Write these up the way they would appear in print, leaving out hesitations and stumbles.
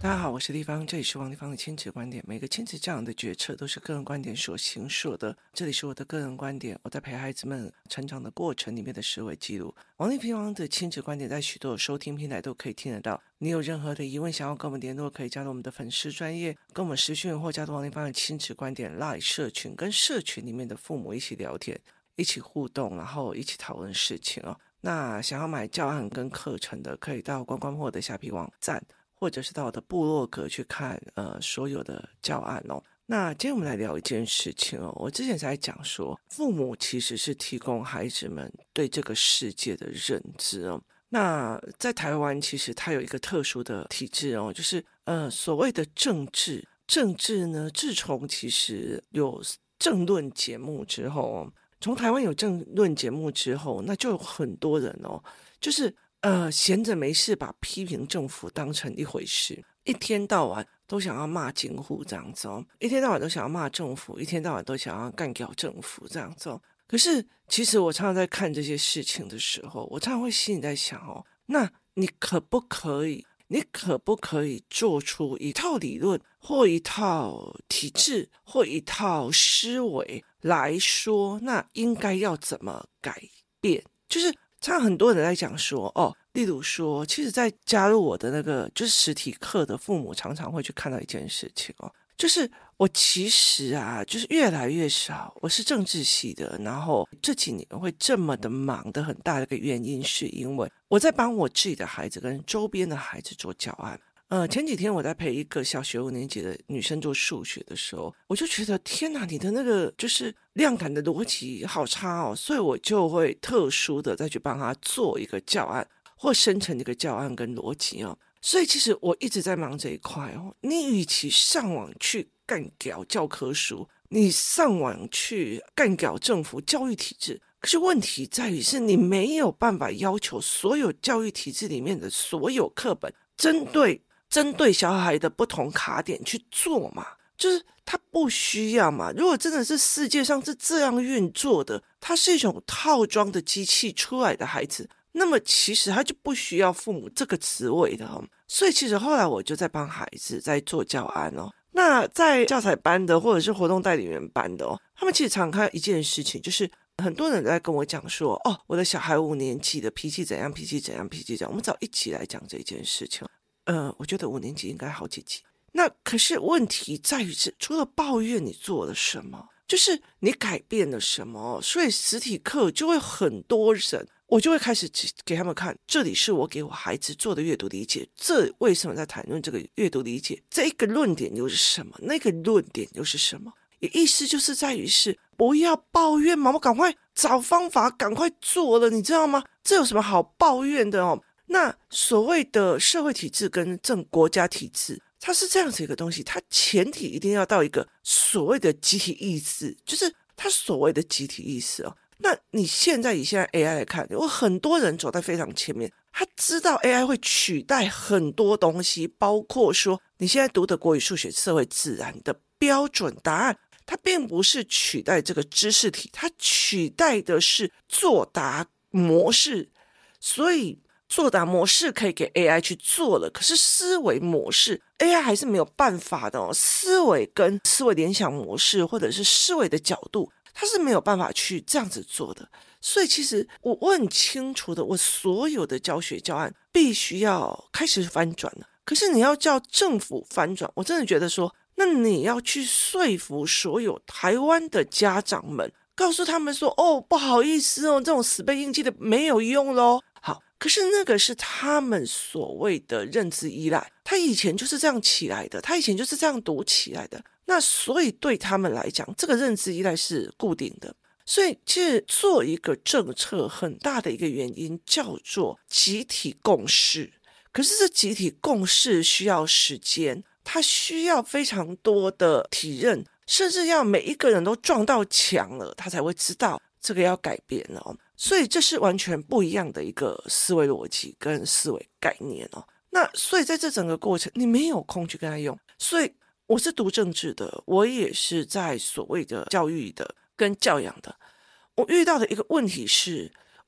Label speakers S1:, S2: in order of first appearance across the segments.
S1: 大家好，我是立方，这里是王立方的亲子观点。每个亲子教养的决策都是个人观点所形塑的，这里是我的个人观点，我在陪孩子们成长的过程里面的思维记录。王立方的亲子观点在许多收听平台都可以听得到。你有任何的疑问想要跟我们联络，可以加入我们的粉丝专页，跟我们私讯或加入王立方的亲子观点 LINE 社群，跟社群里面的父母一起聊天，一起互动，然后一起讨论事情哦。那想要买教案跟课程的，可以到关关破的虾皮网站，或者是到我的部落格去看所有的教案哦。那今天我们来聊一件事情哦，我之前在讲说，父母其实是提供孩子们对这个世界的认知哦。那在台湾其实它有一个特殊的体制哦，就是所谓的政治呢，自从其实有政论节目之后哦，从台湾有政论节目之后，那就有很多人哦，就是闲着没事把批评政府当成一回事，一天到晚都想要骂警户这样子哦，一天到晚都想要骂政府，一天到晚都想要干掉政府这样子哦。可是其实我常常在看这些事情的时候，我常常会心里在想哦，那你可不可以做出一套理论或一套体制或一套思维来说，那应该要怎么改变？就是常常很多人在讲说，哦，例如说，其实在加入我的那个就是实体课的父母，常常会去看到一件事情哦，就是我其实啊，就是越来越少，我是政治系的，然后这几年会这么的忙的很大的一个原因，是因为我在帮我自己的孩子跟周边的孩子做教案。前几天我在陪一个小学5年级的女生做数学的时候，我就觉得天哪，你的那个就是量感的逻辑好差哦，所以我就会特殊的再去帮她做一个教案，或生成一个教案跟逻辑哦。所以其实我一直在忙这一块哦。你与其上网去干掉教科书，你上网去干掉政府教育体制，可是问题在于是你没有办法要求所有教育体制里面的所有课本针对小孩的不同卡点去做嘛，就是他不需要嘛。如果真的是世界上是这样运作的，它是一种套装的机器出来的孩子，那么其实他就不需要父母这个职位的哦。所以其实后来我就在帮孩子在做教案哦。那在教材班的或者是活动代理员班的哦，他们其实常看一件事情，就是很多人在跟我讲说，哦，我的小孩5年级的脾气怎样，脾气怎样，脾气怎样。我们早一起来讲这件事情。我觉得5年级应该好几集。那可是问题在于是，除了抱怨，你做了什么？就是你改变了什么？所以实体课就会很多人，我就会开始给他们看，这里是我给我孩子做的阅读理解，这为什么在谈论这个阅读理解？这一个论点又是什么？那个论点又是什么？意思就是在于是不要抱怨嘛，我赶快找方法，赶快做了，你知道吗？这有什么好抱怨的哦？那所谓的社会体制跟国家体制，它是这样子一个东西，它前提一定要到一个所谓的集体意识，就是它所谓的集体意识哦。那你现在以现在 AI 来看，有很多人走在非常前面，他知道 AI 会取代很多东西，包括说你现在读的国语、数学、社会、自然的标准答案，它并不是取代这个知识体，它取代的是作答模式，所以作答模式可以给 AI 去做了，可是思维模式 AI 还是没有办法的哦。思维跟思维联想模式或者是思维的角度，它是没有办法去这样子做的。所以其实我很清楚的，我所有的教学教案必须要开始翻转了。可是你要叫政府翻转，我真的觉得说，那你要去说服所有台湾的家长们，告诉他们说，哦，不好意思哦，这种死背硬记的没有用咯。好，可是那个是他们所谓的认知依赖，他以前就是这样起来的，他以前就是这样读起来的，那所以对他们来讲，这个认知依赖是固定的。所以其实做一个政策很大的一个原因叫做集体共识，可是这集体共识需要时间，它需要非常多的体认，甚至要每一个人都撞到墙了，他才会知道这个要改变哦。所以这是完全不一样的一个思维逻辑跟思维概念哦。那所以在这整个过程，你没有空去跟他用。所以我是读政治的，我也是在所谓的教育的跟教养的。我遇到的一个问题是，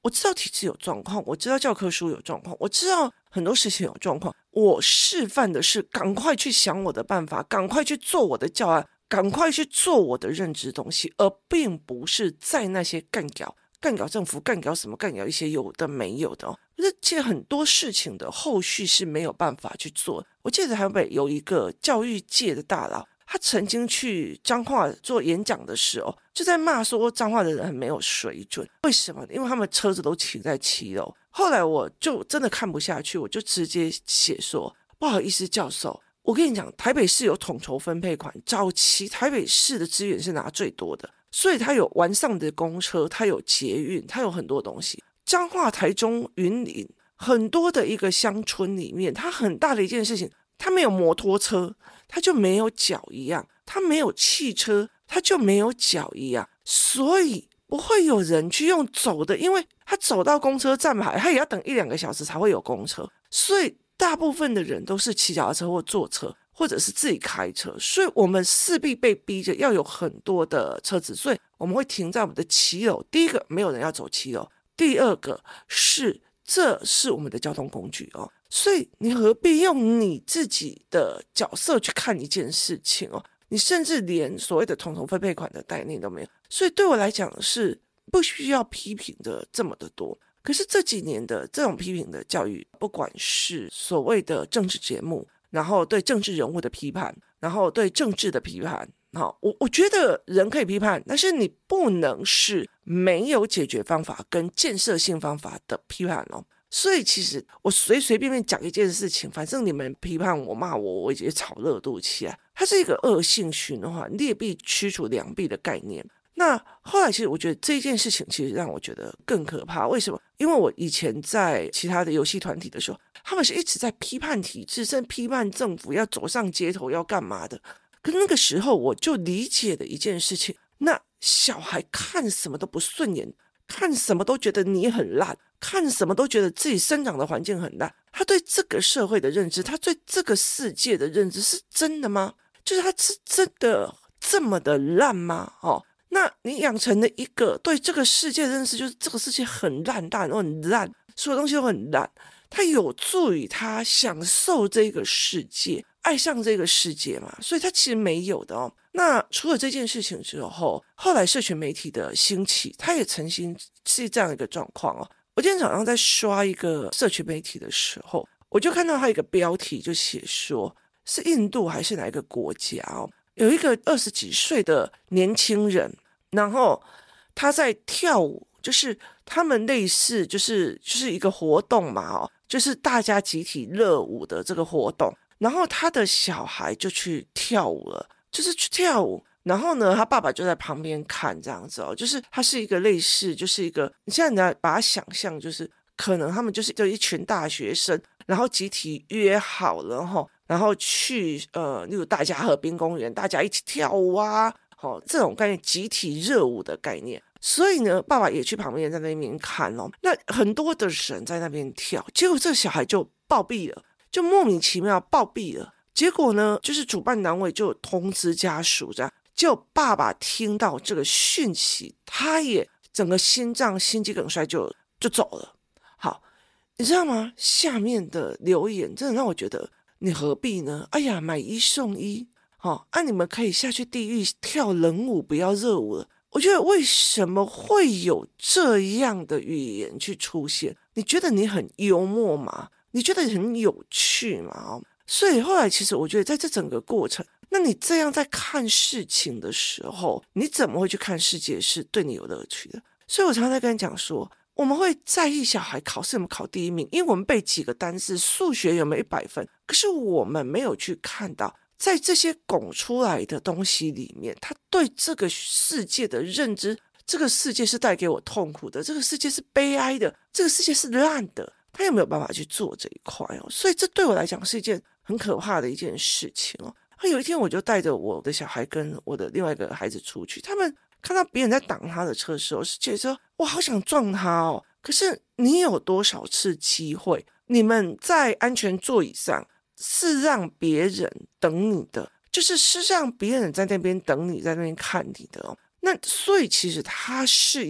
S1: 我知道体制有状况，我知道教科书有状况，我知道很多事情有状况，我示范的是赶快去想我的办法，赶快去做我的教案，赶快去做我的认知东西，而并不是在那些干搞政府，干搞什么，干搞一些有的没有的而且很多事情的后续是没有办法去做。我记得台北有一个教育界的大佬，他曾经去彰化做演讲的时候，就在骂说彰化的人很没有水准。为什么？因为他们车子都停在7楼。后来我就真的看不下去，我就直接写说，不好意思教授，我跟你讲，台北市有统筹分配款，早期台北市的资源是拿最多的，所以它有完善的公车，它有捷运，它有很多东西。彰化、台中、云林很多的一个乡村里面，它很大的一件事情，它没有摩托车，它就没有脚一样；它没有汽车，它就没有脚一样。所以不会有人去用走的，因为他走到公车站牌，他也要等1-2个小时才会有公车，所以大部分的人都是骑脚踏车或坐车，或者是自己开车，所以我们势必被逼着要有很多的车子，所以我们会停在我们的7楼。第一个，没有人要走7楼；第二个是，这是我们的交通工具哦，所以你何必用你自己的角色去看一件事情哦？你甚至连所谓的统筹分配款的概念都没有，所以对我来讲是不需要批评的这么的多。可是这几年的这种批评的教育，不管是所谓的政治节目，然后对政治人物的批判，然后对政治的批判，我觉得人可以批判，但是你不能是没有解决方法跟建设性方法的批判哦。所以其实我随便便讲一件事情，反正你们批判我骂我，我也炒热度起来，它是一个恶性循环，劣币驱逐良币的概念。那后来其实我觉得这件事情其实让我觉得更可怕。为什么？因为我以前在其他的游戏团体的时候，他们是一直在批判体制，甚至批判政府要走上街头要干嘛的。可是那个时候我就理解了一件事情，那小孩看什么都不顺眼，看什么都觉得你很烂，看什么都觉得自己生长的环境很烂，他对这个社会的认知，他对这个世界的认知是真的吗？就是他是真的这么的烂吗？那你养成了一个对这个世界的认识，就是这个世界很烂，大人都很烂，所有东西都很烂，它有助于他享受这个世界，爱上这个世界嘛？所以他其实没有的哦。那除了这件事情之后，后来社群媒体的兴起，它也曾经是这样一个状况哦。我今天早上在刷一个社群媒体的时候，我就看到它一个标题，就写说是印度还是哪一个国家哦，有一个20几岁的年轻人，然后他在跳舞，就是他们类似就是一个活动嘛就是大家集体热舞的这个活动，然后他的小孩就去跳舞了，就是去跳舞。然后呢，他爸爸就在旁边看这样子就是他是一个类似，就是一个你现在把它想象，就是可能他们就是一群大学生，然后集体约好了然后去例如大家河滨公园，大家一起跳舞啊，这种概念，集体热舞的概念。所以呢，爸爸也去旁边在那边看那很多的人在那边跳，结果这个小孩就暴毙了，就莫名其妙暴毙了。结果呢，就是主办单位就通知家属这样。就爸爸听到这个讯息，他也整个心肌梗塞就走了。好，你知道吗？下面的留言真的让我觉得，你何必呢？哎呀，买1送1，你们可以下去地狱跳冷舞，不要热舞了。我觉得为什么会有这样的语言去出现？你觉得你很幽默吗？你觉得很有趣吗？所以后来其实我觉得在这整个过程，那你这样在看事情的时候，你怎么会去看世界是对你有乐趣的？所以我常常在跟你讲说，我们会在意小孩考试有没有考第1名，因为我们背几个单字，数学有没有100分，可是我们没有去看到在这些拱出来的东西里面，他对这个世界的认知，这个世界是带给我痛苦的，这个世界是悲哀的，这个世界是烂的，他有没有办法去做这一块所以这对我来讲是一件很可怕的一件事情有一天我就带着我的小孩跟我的另外一个孩子出去，他们看到别人在挡他的车的时候，是觉得说我好想撞他可是你有多少次机会，你们在安全座椅上是让别人等你的，是让别人在那边等你，在那边看你的那所以其实它是一个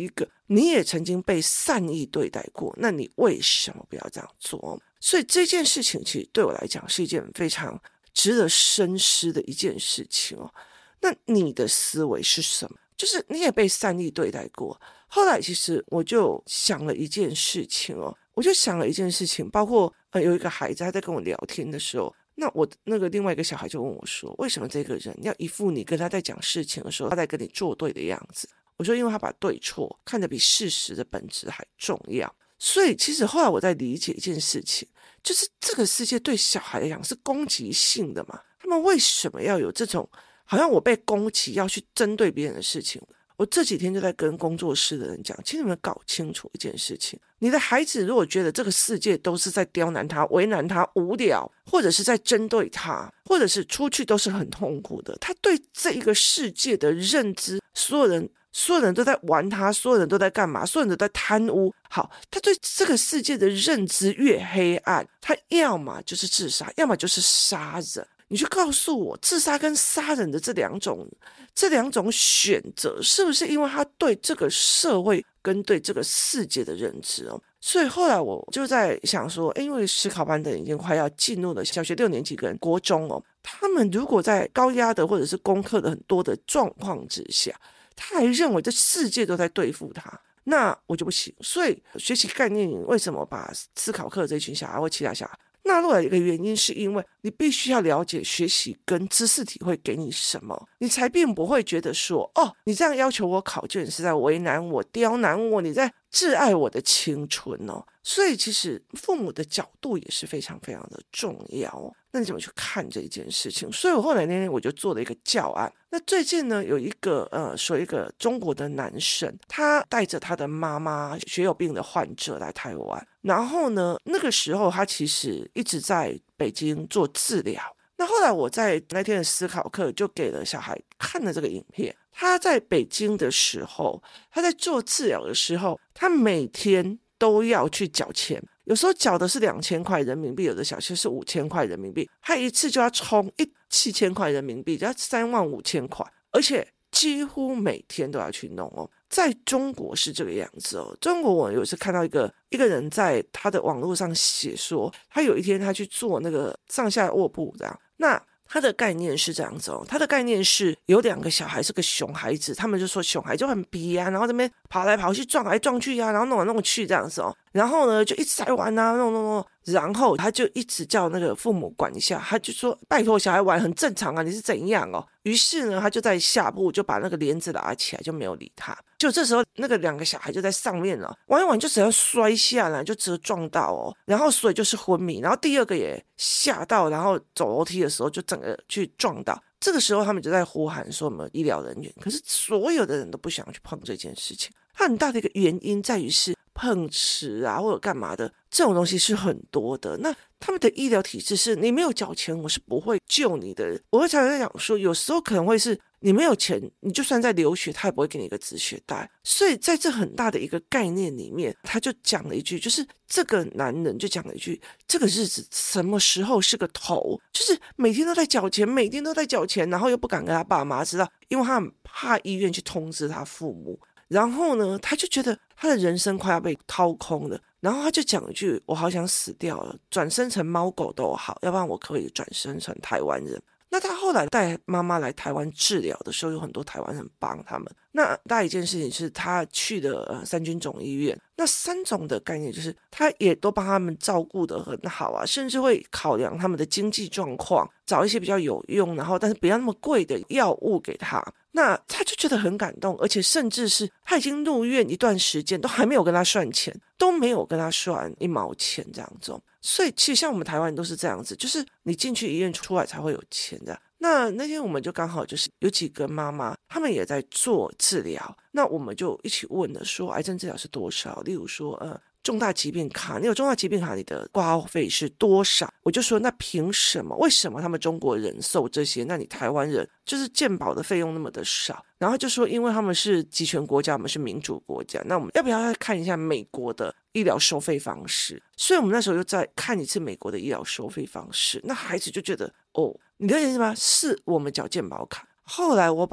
S1: 你也曾经被善意对待过，那你为什么不要这样做？所以这件事情其实对我来讲是一件非常值得深思的一件事情哦。那你的思维是什么？就是你也被善意对待过。后来其实我就想了一件事情哦，包括有一个孩子他在跟我聊天的时候，那我那个另外一个小孩就问我说，为什么这个人要一副你跟他在讲事情的时候他在跟你作对的样子？我说因为他把对错看得比事实的本质还重要。所以其实后来我在理解一件事情，就是这个世界对小孩来讲是攻击性的嘛，他们为什么要有这种好像我被攻击要去针对别人的事情？我这几天就在跟工作室的人讲，请你们搞清楚一件事情，你的孩子如果觉得这个世界都是在刁难他、为难他、无聊，或者是在针对他，或者是出去都是很痛苦的，他对这一个世界的认知，所有人都在玩他，所有人都在干嘛，所有人都在贪污。好，他对这个世界的认知越黑暗，他要么就是自杀，要么就是杀人。你去告诉我，自杀跟杀人的这两种选择，是不是因为他对这个社会跟对这个世界的认知哦？所以后来我就在想说，因为思考班的已经快要进入了小学6年级跟国中哦，他们如果在高压的或者是功课的很多的状况之下，他还认为这世界都在对付他，那我就不行。所以学习概念为什么把思考课这群小孩或其他小孩纳入来的一个原因，是因为你必须要了解学习跟知识体会给你什么，你才并不会觉得说，哦，你这样要求我考卷是在为难我、刁难我，你在挚爱我的青春哦。所以其实父母的角度也是非常非常的重要哦。那你怎么去看这一件事情？所以我后来那天我就做了一个教案。那最近呢，有一个说一个中国的男生，他带着他的妈妈血友病的患者来台湾，然后呢，那个时候他其实一直在北京做治疗。那后来我在那天的思考课就给了小孩看了这个影片。他在北京的时候，他在做治疗的时候，他每天都要去缴钱，有时候缴的是2000块人民币，有的小些是5000块人民币，他一次就要充7000块人民币，就要35000块，而且几乎每天都要去弄哦。在中国是这个样子哦。中国我有一次看到一个人在他的网络上写说，他有一天他去做那个上下卧铺这样，那他的概念是这样子哦，他的概念是有2个小孩是个熊孩子，他们就说熊孩就很皮啊，然后这边跑来跑去撞来撞去啊，然后弄来弄去这样子哦，然后呢就一直在玩啊，弄，然后他就一直叫那个父母管一下，他就说拜托小孩玩很正常啊，你是怎样哦？于是呢他就在下铺就把那个帘子拉起来，就没有理他。就这时候那个2个小孩就在上面了，玩一玩就只要摔下来，就只有撞到哦，然后所以就是昏迷，然后第2个也吓到，然后走楼梯的时候就整个去撞到。这个时候他们就在呼喊说我们医疗人员，可是所有的人都不想去碰这件事情。它很大的一个原因在于是碰瓷啊或者干嘛的，这种东西是很多的。那他们的医疗体制是你没有缴钱我是不会救你的。我会常常在讲说，有时候可能会是你没有钱，你就算在流血他也不会给你一个止血带。所以在这很大的一个概念里面，他就讲了一句，就是这个男人就讲了一句，这个日子什么时候是个头，就是每天都在缴钱，每天都在缴钱，然后又不敢跟他爸妈知道，因为他很怕医院去通知他父母。然后呢他就觉得他的人生快要被掏空了，然后他就讲一句，我好想死掉了，转生成猫狗都好，要不然我可以转生成台湾人。那他后来带妈妈来台湾治疗的时候，有很多台湾人帮他们。那大一件事情是他去了三军总医院，那三总的概念就是他也都帮他们照顾得很好啊，甚至会考量他们的经济状况，找一些比较有用然后但是不要那么贵的药物给他。那他就觉得很感动，而且甚至是他已经入院一段时间都还没有跟他算钱，都没有跟他算1毛钱这样子。所以其实像我们台湾人都是这样子，就是你进去医院出来才会有钱的。那天我们就刚好就是有几个妈妈他们也在做治疗，那我们就一起问了说癌症治疗是多少，例如说重大疾病卡，你有重大疾病卡你的挂号费是多少？我就说那凭什么？为什么他们中国人收这些，那你台湾人就是健保的费用那么的少？然后就说因为他们是集权国家，我们是民主国家，那我们要不要再看一下美国的医疗收费方式？所以我们那时候又再看一次美国的医疗收费方式，那孩子就觉得哦，你了解吗？是我们缴健保卡。后来我把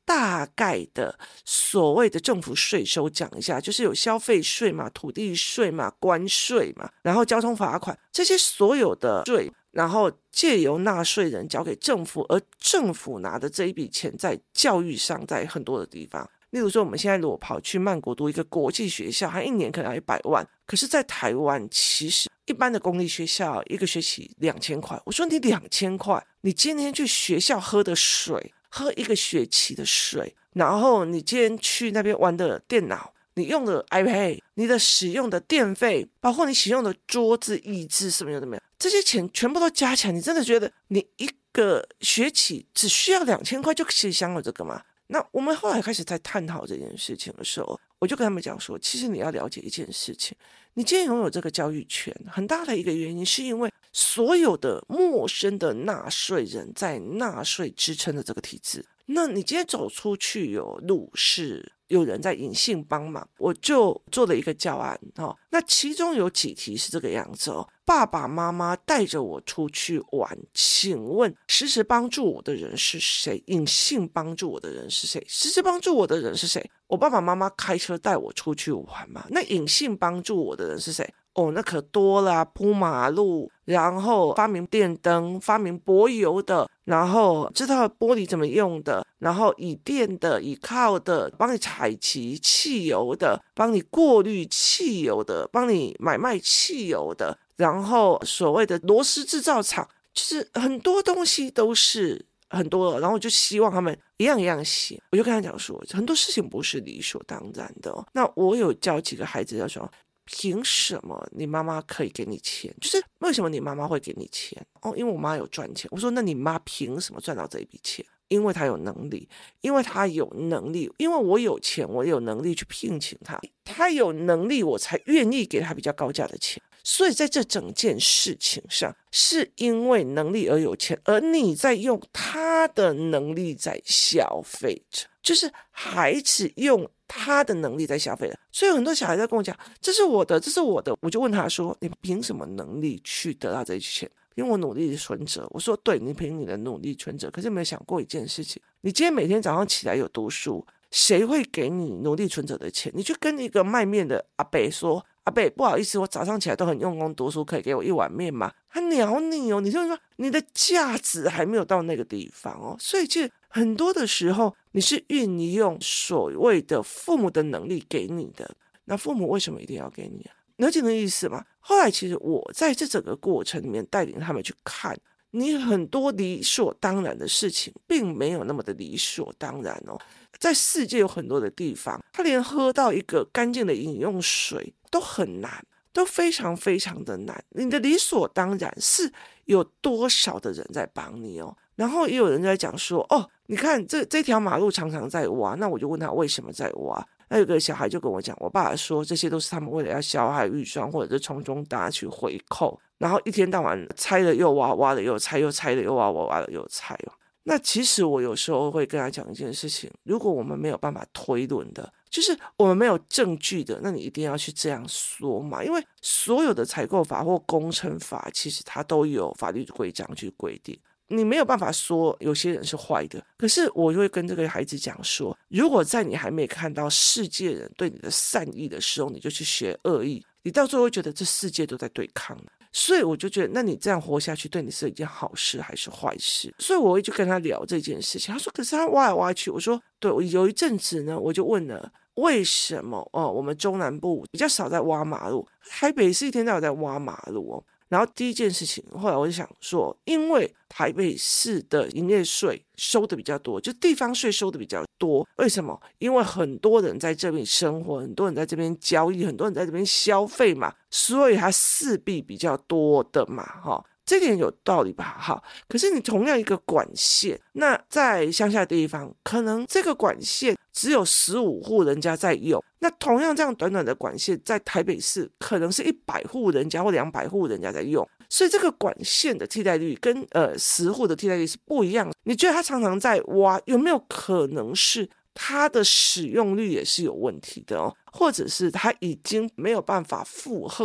S1: 大概的所谓的政府税收讲一下，就是有消费税嘛、土地税嘛、关税嘛，然后交通罚款，这些所有的税，然后借由纳税人交给政府，而政府拿的这一笔钱在教育上，在很多的地方。例如说，我们现在如果跑去曼谷读一个国际学校，它一年可能要100万，可是在台湾其实一般的公立学校一个学期2000块。我说你2000块，你今天去学校喝的水，喝一个学期的水，然后你今天去那边玩的电脑，你用的 iPad， 你的使用的电费，包括你使用的桌子、椅子什么有的没有，这些钱全部都加起来，你真的觉得你一个学期只需要2000块就可以享有这个吗？那我们后来开始在探讨这件事情的时候，我就跟他们讲说，其实你要了解一件事情，你今天拥有这个教育权，很大的一个原因是因为所有的陌生的纳税人在纳税支撑的这个体制。那你今天走出去有路是有人在隐性帮忙，我就做了一个教案那其中有几题是这个样子爸爸妈妈带着我出去玩，请问实时帮助我的人是谁？隐性帮助我的人是谁？实时帮助我的人是谁？我爸爸妈妈开车带我出去玩嘛，那隐性帮助我的人是谁？那可多了铺马路，然后发明电灯，发明柏油的，然后知道玻璃怎么用的，然后椅垫的、倚靠的，帮你采集汽油的，帮你过滤汽油的，帮你买卖汽油的，然后所谓的螺丝制造厂，就是很多东西都是很多的，然后我就希望他们一样一样写。我就跟他讲说，很多事情不是理所当然的那我有教几个孩子要说，凭什么你妈妈可以给你钱？就是为什么你妈妈会给你钱？因为我妈有赚钱。我说那你妈凭什么赚到这一笔钱？因为她有能力，因为她有能力，因为我有钱，我有能力去聘请她，她有能力，我才愿意给她比较高价的钱。所以在这整件事情上，是因为能力而有钱，而你在用他的能力在消费着，就是孩子用他的能力在消费了。所以很多小孩在跟我讲，这是我的，这是我的。我就问他说，你凭什么能力去得到这一钱？凭我努力的存折。我说对，你凭你的努力存折。可是没有想过一件事情，你今天每天早上起来有读书，谁会给你努力存折的钱？你去跟一个卖面的阿伯说，阿伯不好意思，我早上起来都很用功读书，可以给我一碗面吗？他鸟你你就说你的价值还没有到那个地方所以其实很多的时候你是运用所谓的父母的能力给你的，那父母为什么一定要给你了解那意思吗？后来其实我在这整个过程里面带领他们去看，你很多理所当然的事情并没有那么的理所当然在世界有很多的地方，他连喝到一个干净的饮用水都很难，都非常非常的难。你的理所当然是有多少的人在帮你然后也有人在讲说你看这条马路常常在挖，那我就问他为什么在挖。那有个小孩就跟我讲，我爸爸说这些都是他们为了要消耗预算，或者是从中拿取回扣，然后一天到晚拆了又挖，挖了又拆，又拆了又挖，挖了又拆那其实我有时候会跟他讲一件事情，如果我们没有办法推论的，就是我们没有证据的，那你一定要去这样说嘛。因为所有的采购法或工程法其实它都有法律规章去规定，你没有办法说有些人是坏的。可是我就会跟这个孩子讲说，如果在你还没看到世界人对你的善意的时候，你就去学恶意，你到最后会觉得这世界都在对抗所以我就觉得，那你这样活下去对你是一件好事还是坏事？所以我会去跟他聊这件事情。他说可是他挖来挖去。我说对，我有一阵子呢，我就问了为什么我们中南部比较少在挖马路，台北是一天到晚在挖马路然后第一件事情，后来我就想说，因为台北市的营业税收的比较多，就地方税收的比较多。为什么？因为很多人在这边生活，很多人在这边交易，很多人在这边消费嘛，所以它势必比较多的嘛这点有道理吧？可是你同样一个管线，那在乡下的地方，可能这个管线只有15户人家在用，那同样这样短短的管线，在台北市可能是100户人家或200户人家在用，所以这个管线的替代率跟10户的替代率是不一样的。你觉得他常常在挖，有没有可能是它的使用率也是有问题的或者是它已经没有办法负荷了？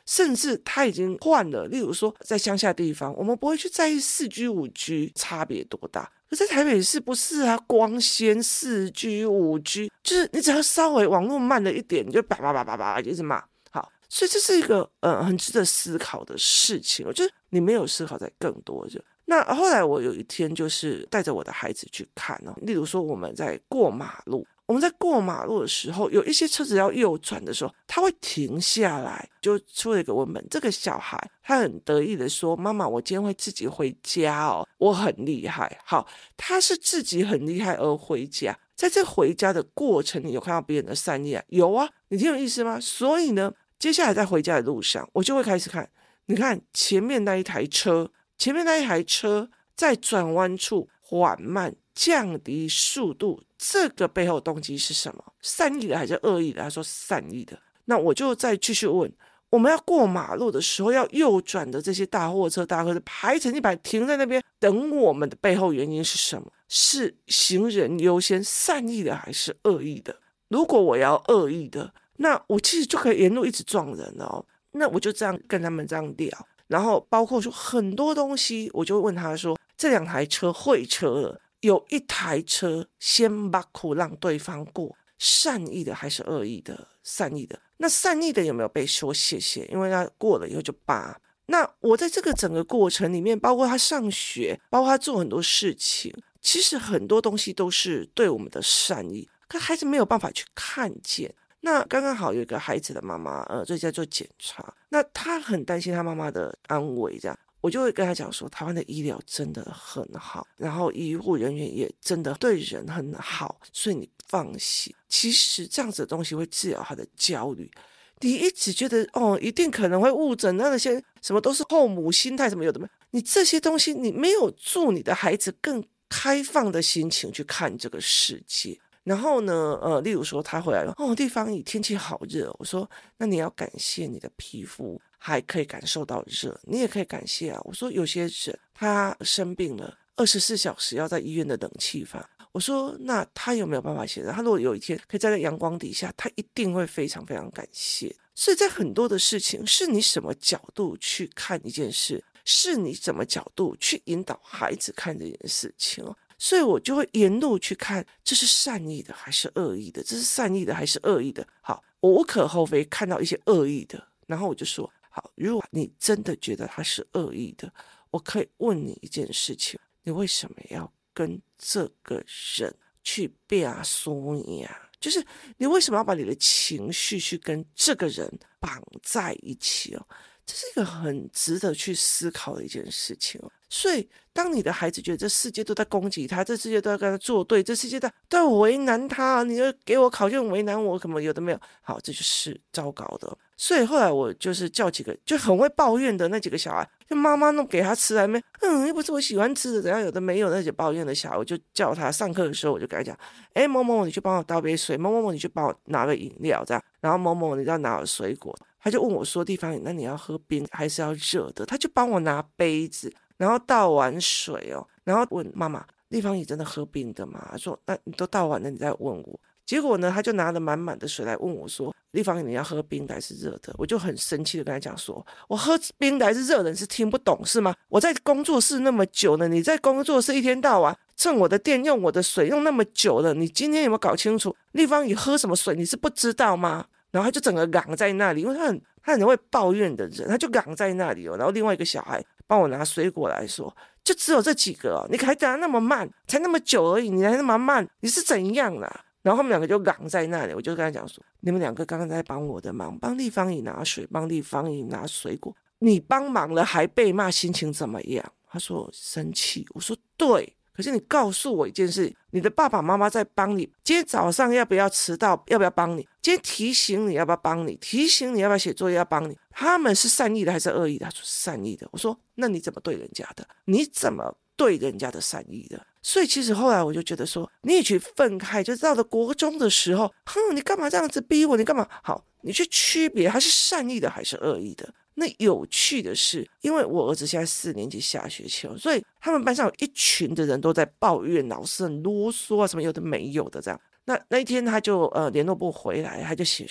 S1: 甚至他已经换了，例如说在乡下地方，我们不会去在意4G 5G 差别多大，可在台北市不是啊，光纤4G 5G，就是你只要稍微网络慢了一点，你就叭叭叭叭叭一直骂。好，所以这是一个很值得思考的事情，我觉得你没有思考在更多的。那后来我有一天就是带着我的孩子去看例如说我们在过马路，的时候，有一些车子要右转的时候，他会停下来，就出了一个文本。这个小孩他很得意的说：“妈妈，我今天会自己回家哦，我很厉害。”好，他是自己很厉害而回家，在这回家的过程，你有看到别人的善意啊？有啊，你听有意思吗？所以呢，接下来在回家的路上，我就会开始看，你看前面那一台车。在转弯处缓慢降低速度，这个背后动机是什么？善意的还是恶意的？他说善意的。那我就再继续问，我们要过马路的时候要右转的这些大货车大客车排成一排停在那边等我们的背后原因是什么？是行人优先，善意的还是恶意的？如果我要恶意的，那我其实就可以沿路一直撞人那我就这样跟他们这样聊。然后包括说很多东西，我就会问他说，这2台车会车了，有一台车先把苦让对方过，善意的还是恶意的？善意的。那善意的有没有被说谢谢？因为他过了以后就扒。那我在这个整个过程里面，包括他上学，包括他做很多事情，其实很多东西都是对我们的善意，可孩子没有办法去看见。那刚刚好有一个孩子的妈妈，最近在做检查，那他很担心他妈妈的安危，这样我就会跟他讲说，台湾的医疗真的很好，然后医护人员也真的对人很好，所以你放心。其实这样子的东西会治疗他的焦虑。你一直觉得一定可能会误诊，那些什么都是后母心态，什么有的没有，你这些东西你没有助你的孩子更开放的心情去看这个世界。然后呢，例如说他回来了，地方里天气好热，我说那你要感谢你的皮肤还可以感受到热，你也可以感谢啊。我说有些人他生病了，24小时要在医院的冷气房，我说那他有没有办法写？他如果有一天可以站在阳光底下，他一定会非常非常感谢。所以在很多的事情，是你什么角度去看一件事，是你什么角度去引导孩子看这件事情所以我就会沿路去看，这是善意的还是恶意的？这是善意的还是恶意的？好，我无可厚非看到一些恶意的，然后我就说，好，如果你真的觉得他是恶意的，我可以问你一件事情，你为什么要跟这个人去说你啊？就是你为什么要把你的情绪去跟这个人绑在一起这是一个很值得去思考的一件事情所以当你的孩子觉得这世界都在攻击他，这世界都在跟他作对，这世界都在为难他，你就给我考卷为难我，什么有的没有，好，这就是糟糕的。所以后来我就是叫几个就很会抱怨的那几个小孩，就妈妈弄给他吃还没，又不是我喜欢吃的，怎样有的没有，那些抱怨的小孩，我就叫他上课的时候，我就跟他讲，某某你去帮我倒杯水，某某你去帮我拿个饮料这样，然后某某你要拿我水果，他就问我说，地方那你要喝冰还是要热的？他就帮我拿杯子，然后倒完水然后问妈妈，地方你真的喝冰的吗？他说那你都倒完了你再问我。结果呢，他就拿了满满的水来问我说，地方你要喝冰的还是热的？我就很生气的跟他讲说，我喝冰的还是热的，你是听不懂是吗？我在工作室那么久了，你在工作室一天到晚蹭我的电用我的水用那么久了，你今天有没有搞清楚地方你喝什么水你是不知道吗？然后他就整个嚷在那里，因为他很会抱怨的人，他就嚷在那里然后另外一个小孩帮我拿水果来说，就只有这几个你还拿那么慢，才那么久而已，你还那么慢，你是怎样啦？然后他们两个就嚷在那里，我就跟他讲说，你们两个刚刚在帮我的忙，帮地方姨拿水，帮地方姨拿水果，你帮忙了还被骂，心情怎么样？他说生气。我说对，可是你告诉我一件事，你的爸爸妈妈在帮你，今天早上要不要迟到，要不要帮你？今天提醒你要不要帮你？提醒你要不要写作业要帮你？他们是善意的还是恶意的？他说善意的。我说那你怎么对人家的？你怎么对人家的善意的？所以其实后来我就觉得说，你也去分开，就到了国中的时候，你干嘛这样子逼我？你干嘛？好，你去区别他是善意的还是恶意的。那有趣的是，因为我儿子现在4年级下学期所以他们班上有一群的人都在抱怨老师很啰嗦什么有的没有的这样。那一天他就联络部回来，他就写说，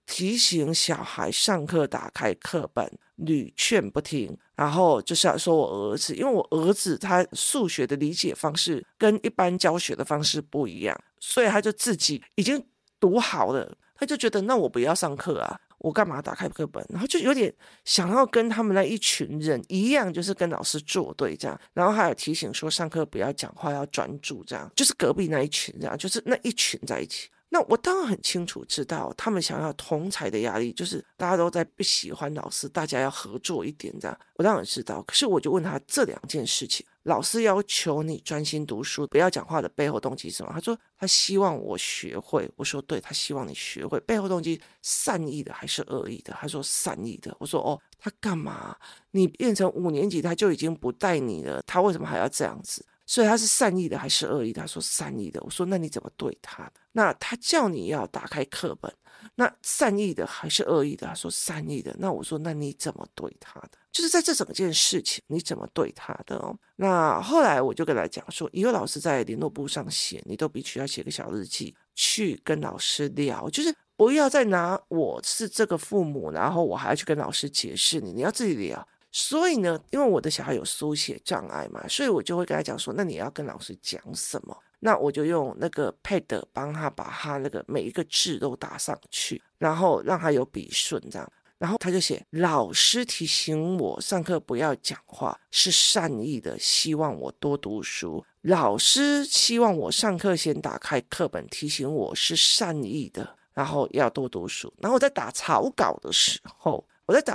S1: 提醒小孩上课打开课本，屡劝不听。然后就是要说我儿子，因为我儿子他数学的理解方式跟一般教学的方式不一样，所以他就自己已经读好了，他就觉得那我不要上课啊，我干嘛打开课本？然后就有点想要跟他们那一群人一样，就是跟老师作对这样。然后还有提醒说上课不要讲话，要专注这样，就是隔壁那一群这样，就是那一群在一起。那我当然很清楚知道，他们想要同侪的压力，就是大家都在不喜欢老师，大家要合作一点这样。我当然知道，可是我就问他这2件事情，老师要求你专心读书，不要讲话的背后动机是什么？他说他希望我学会。我说对，他希望你学会。背后动机善意的还是恶意的？他说善意的。我说哦，他干嘛？你变成5年级他就已经不带你了，他为什么还要这样子？所以他是善意的还是恶意的？他说善意的。我说那你怎么对他？那他叫你要打开课本，那善意的还是恶意的？他说善意的。那我说那你怎么对他的？就是在这整件事情你怎么对他的哦？那后来我就跟他讲说，以后老师在联络簿上写，你都必须要写个小日记去跟老师聊，就是不要再拿我是这个父母，然后我还要去跟老师解释你要自己聊。所以呢，因为我的小孩有书写障碍嘛，所以我就会跟他讲说，那你要跟老师讲什么？那我就用那个 pad 帮他把他那个每一个字都打上去，然后让他有笔顺这样。然后他就写，老师提醒我上课不要讲话，是善意的，希望我多读书。老师希望我上课先打开课本，提醒我是善意的，然后要多读书。然后我在打草稿的时候，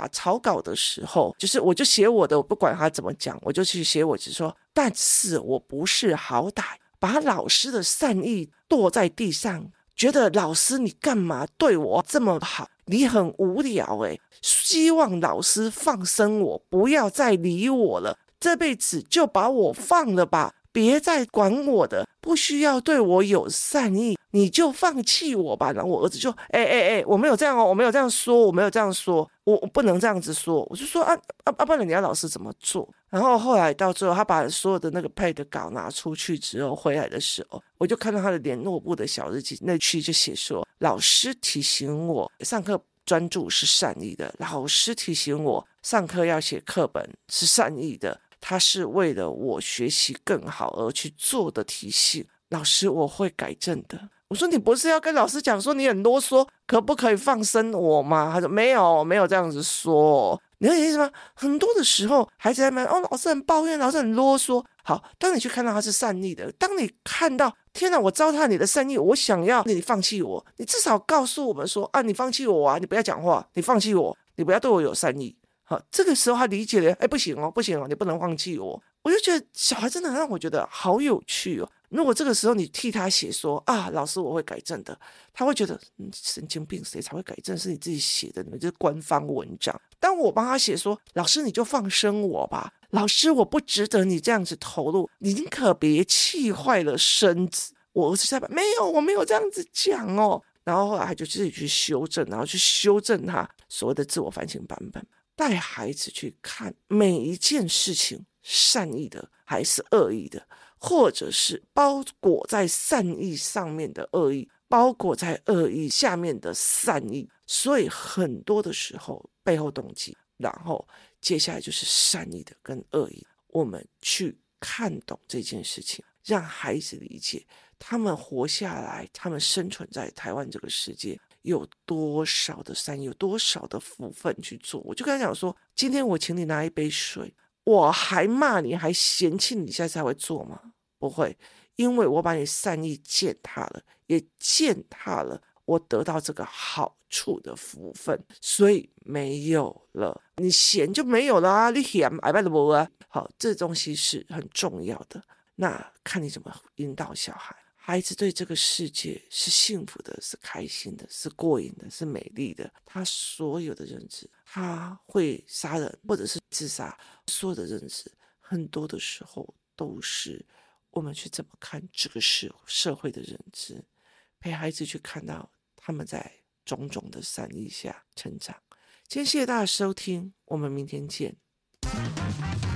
S1: 就是我就写我的，我不管他怎么讲，我就去写我只说，但是我不是好歹把老师的善意跺在地上，觉得老师你干嘛对我这么好？你很无聊希望老师放生我，不要再理我了，这辈子就把我放了吧，别再管我的，不需要对我有善意，你就放弃我吧。然后我儿子就我没有这样哦，我没有这样说，我不能这样子说。我就说不然你要老师怎么做？然后后来到最后他把所有的那个配的稿拿出去之后，回来的时候我就看到他的联络簿的小日记，那区就写说，老师提醒我上课专注是善意的，老师提醒我上课要写课本是善意的，他是为了我学习更好而去做的提醒，老师我会改正的。我说你不是要跟老师讲说你很啰嗦，可不可以放生我吗？他说没有这样子说。你有意思吗？很多的时候孩子在那老师很抱怨，老师很啰嗦。好，当你去看到他是善意的，当你看到天哪，我糟蹋你的善意，我想要你放弃我，你至少告诉我们说你放弃我啊，你不要讲话，你放弃我，你不要对我有善意。好，这个时候他理解了，不行哦，你不能放弃我。我就觉得小孩真的让我觉得好有趣哦。如果这个时候你替他写说老师我会改正的，他会觉得神经病，谁才会改正？是你自己写的，你们就是官方文章。当我帮他写说，老师你就放生我吧，老师我不值得你这样子投入，你宁可别气坏了身子。我儿子在没有，我没有这样子讲哦。然后后来他就自己去修正，然后去修正他所谓的自我反省版本，带孩子去看每一件事情善意的还是恶意的，或者是包裹在善意上面的恶意，包裹在恶意下面的善意。所以很多的时候背后动机，然后接下来就是善意的跟恶意，我们去看懂这件事情，让孩子理解他们活下来，他们生存在台湾这个世界有多少的善意，有多少的福分去做。我就跟他讲说，今天我请你拿一杯水，我还骂你还嫌弃你，下次还会做吗？不会，因为我把你善意践踏了，也践踏了我得到这个好处的福分，所以没有了。你嫌就没有了啊，你嫌爱不就啊。好，这东西是很重要的。那看你怎么引导小孩，孩子对这个世界是幸福的，是开心的，是过瘾的，是美丽的。他所有的认知，他会杀人或者是自杀，所有的认知，很多的时候都是我们去怎么看这个社会的认知，陪孩子去看到他们在种种的善意下成长。今天谢谢大家收听，我们明天见。